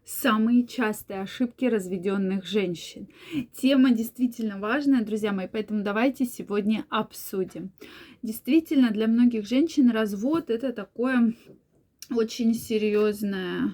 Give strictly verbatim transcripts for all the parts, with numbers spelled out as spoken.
Самые частые ошибки разведенных женщин. Тема действительно важная, друзья мои, поэтому давайте сегодня обсудим. Действительно, для многих женщин развод — это такое очень серьезная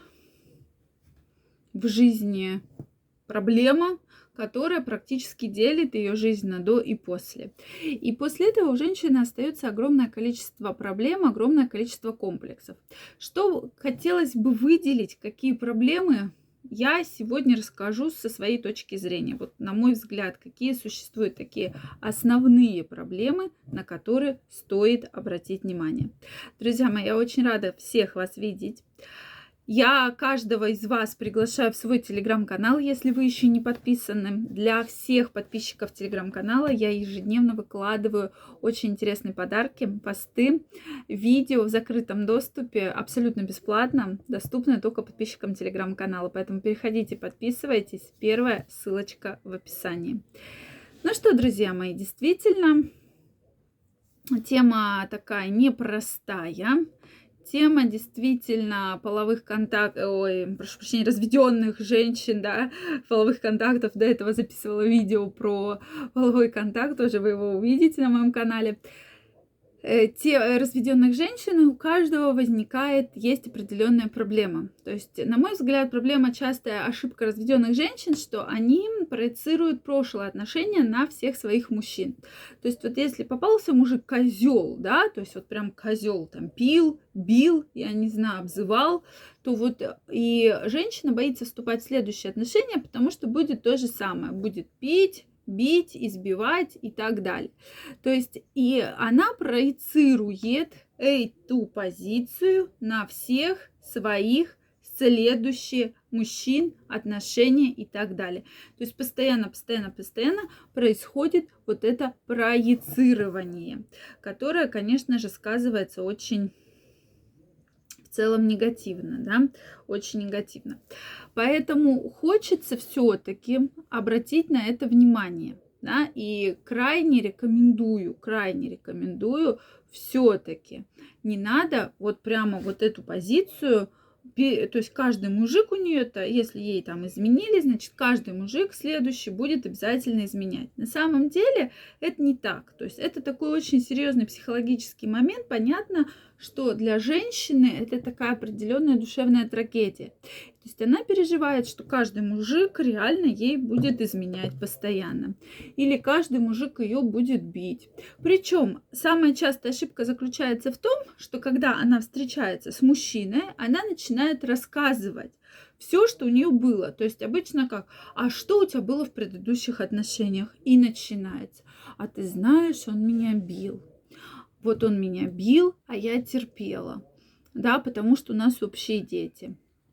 в жизни проблема, которая практически делит ее жизнь на до и после. И после этого у женщины остается огромное количество проблем, огромное количество комплексов. Что хотелось бы выделить, какие проблемы я сегодня расскажу со своей точки зрения. Вот, на мой взгляд, какие существуют такие основные проблемы, на которые стоит обратить внимание. Друзья мои, я очень рада всех вас видеть. Я каждого из вас приглашаю в свой телеграм-канал, если вы еще не подписаны. Для всех подписчиков телеграм-канала я ежедневно выкладываю очень интересные подарки, посты, видео в закрытом доступе, абсолютно бесплатно, доступны только подписчикам телеграм-канала. Поэтому переходите, подписывайтесь. Первая ссылочка в описании. Ну что, друзья мои, действительно, тема такая непростая. Тема действительно половых контактов, ой, прошу прощения, разведенных женщин, да, половых контактов. До этого записывала видео про половой контакт, тоже вы его увидите на моем канале. Те разведенных женщин, у каждого возникает, есть определенная проблема. То есть, на мой взгляд, проблема, частая ошибка разведенных женщин, что они проецируют прошлые отношения на всех своих мужчин. То есть, вот если попался мужик козел, да, то есть вот прям козел там пил, бил, я не знаю, обзывал, то вот и женщина боится вступать в следующие отношения, потому что будет то же самое, будет пить, бить, избивать и так далее. То есть и она проецирует эту позицию на всех своих следующих мужчин, отношения и так далее. То есть постоянно, постоянно, постоянно происходит вот это проецирование, которое, конечно же, сказывается очень в целом негативно, да, очень негативно. Поэтому хочется все-таки обратить на это внимание, да, и крайне рекомендую, крайне рекомендую все-таки не надо вот прямо вот эту позицию. То есть каждый мужик у нее-то, если ей там изменили, значит, каждый мужик следующий будет обязательно изменять. На самом деле это не так. То есть это такой очень серьезный психологический момент. Понятно, что для женщины это такая определенная душевная трагедия. То есть она переживает, что каждый мужик реально ей будет изменять постоянно. Или каждый мужик ее будет бить. Причем самая частая ошибка заключается в том, что когда она встречается с мужчиной, она начинает рассказывать все, что у нее было. То есть обычно как: а что у тебя было в предыдущих отношениях? И начинается: а ты знаешь, он меня бил. Вот он меня бил, а я терпела. Да, потому что у нас общие дети.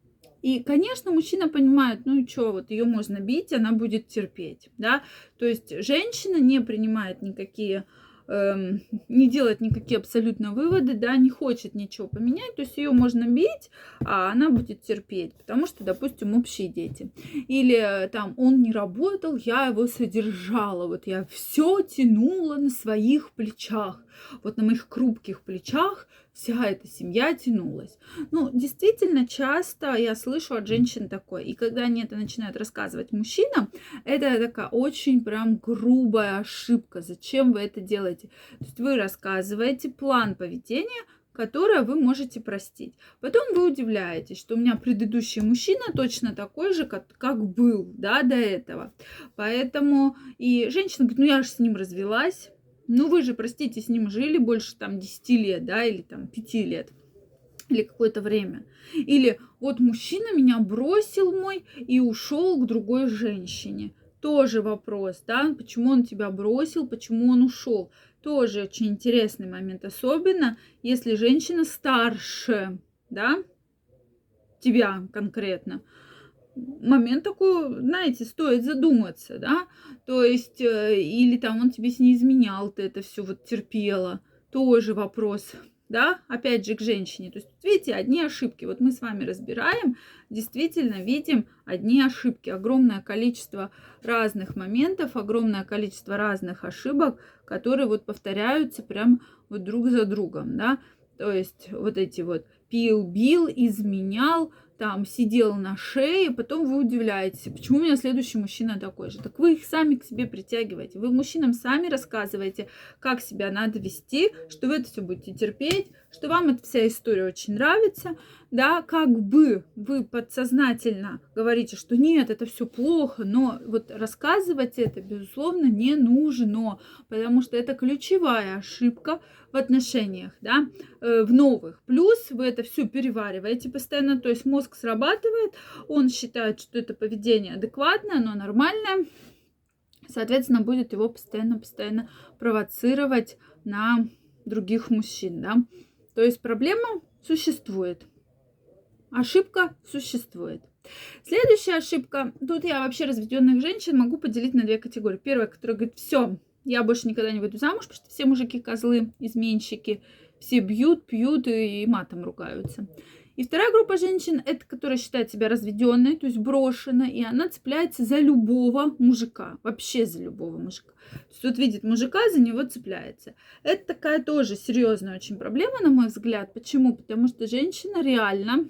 И, конечно, мужчина понимает, ну и что, вот ее можно бить, она будет терпеть, да. То есть женщина не принимает никакие, эм, не делает никакие абсолютно выводы, да, не хочет ничего поменять. То есть ее можно бить, а она будет терпеть, потому что, допустим, общие дети. Или там он не работал, я его содержала, вот я все тянула на своих плечах. Вот на моих хрупких плечах вся эта семья тянулась. Ну, действительно, часто я слышу от женщин такое. И когда они это начинают рассказывать мужчинам, это такая очень прям грубая ошибка. Зачем вы это делаете? То есть вы рассказываете план поведения, которое вы можете простить. Потом вы удивляетесь, что у меня предыдущий мужчина точно такой же, как, как был, да, до этого. Поэтому и женщина говорит: ну я же с ним развелась. Ну вы же, простите, с ним жили больше там десяти лет, да, или там пяти лет, или какое-то время. Или вот мужчина меня бросил мой и ушел к другой женщине. Тоже вопрос, да, почему он тебя бросил, почему он ушел. Тоже очень интересный момент, особенно если женщина старше, да, тебя конкретно. Момент такой, знаете, стоит задуматься, да, то есть, или там он тебе с ней изменял, ты это все вот терпела, тоже вопрос, да, опять же к женщине. То есть, видите, одни ошибки. Вот мы с вами разбираем, действительно видим одни ошибки, огромное количество разных моментов, огромное количество разных ошибок, которые вот повторяются прям вот друг за другом, да, то есть вот эти вот пил, бил, изменял, там сидел на шее, потом вы удивляетесь, почему у меня следующий мужчина такой же. Так вы их сами к себе притягиваете. Вы мужчинам сами рассказываете, как себя надо вести, что вы это все будете терпеть, что вам эта вся история очень нравится, да, как бы вы подсознательно говорите, что нет, это все плохо, но вот рассказывать это, безусловно, не нужно, потому что это ключевая ошибка в отношениях, да, э, в новых. Плюс вы это все перевариваете постоянно, то есть мозг срабатывает, он считает, что это поведение адекватное, оно нормальное, соответственно, будет его постоянно-постоянно провоцировать на других мужчин, да. То есть проблема существует. Ошибка существует. Следующая ошибка. Тут я вообще разведенных женщин могу поделить на две категории. Первая, которая говорит, все, я больше никогда не выйду замуж, потому что все мужики козлы, изменщики, все бьют, пьют и матом ругаются. И вторая группа женщин, это которая считает себя разведенной, то есть брошенной, и она цепляется за любого мужика, вообще за любого мужика. То есть вот видит мужика, за него цепляется. Это такая тоже серьезная очень проблема, на мой взгляд. Почему? Потому что женщина реально,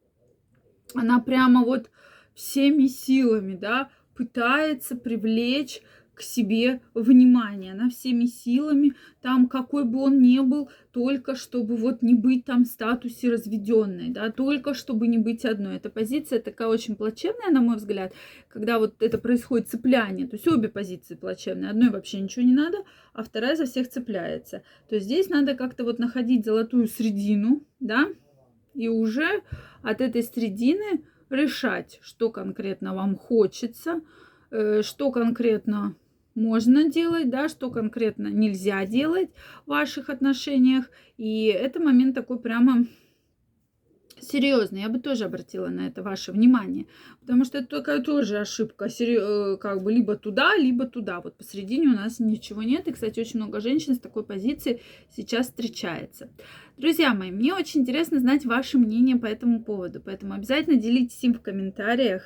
она прямо вот всеми силами, да, пытается привлечь к себе внимание. Она всеми силами, там, какой бы он ни был, только чтобы вот не быть там в статусе разведенной, да, только чтобы не быть одной. Эта позиция такая очень плачевная, на мой взгляд, когда вот это происходит цепляние. То есть обе позиции плачевные. Одной вообще ничего не надо, а вторая за всех цепляется. То есть здесь надо как-то вот находить золотую средину, да, и уже от этой средины решать, что конкретно вам хочется, что конкретно можно делать, да, что конкретно нельзя делать в ваших отношениях. И это момент такой прямо серьезный. Я бы тоже обратила на это ваше внимание. Потому что это такая тоже ошибка. Как бы либо туда, либо туда. Вот посередине у нас ничего нет. И, кстати, очень много женщин с такой позиции сейчас встречается. Друзья мои, мне очень интересно знать ваше мнение по этому поводу. Поэтому обязательно делитесь им в комментариях.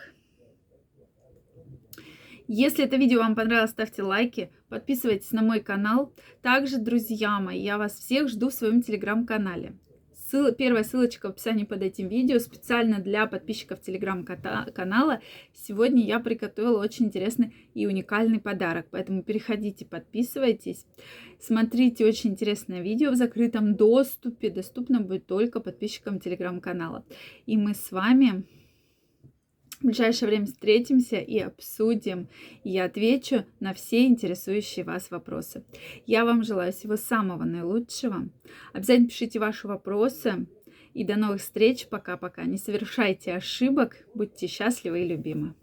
Если это видео вам понравилось, ставьте лайки, подписывайтесь на мой канал. Также, друзья мои, я вас всех жду в своем телеграм-канале. Ссыл... Первая ссылочка в описании под этим видео. Специально для подписчиков телеграм-канала сегодня я приготовила очень интересный и уникальный подарок. Поэтому переходите, подписывайтесь. Смотрите очень интересное видео в закрытом доступе. Доступно будет только подписчикам телеграм-канала. И мы с вами в ближайшее время встретимся и обсудим, и я отвечу на все интересующие вас вопросы. Я вам желаю всего самого наилучшего. Обязательно пишите ваши вопросы. И до новых встреч. Пока-пока. Не совершайте ошибок. Будьте счастливы и любимы.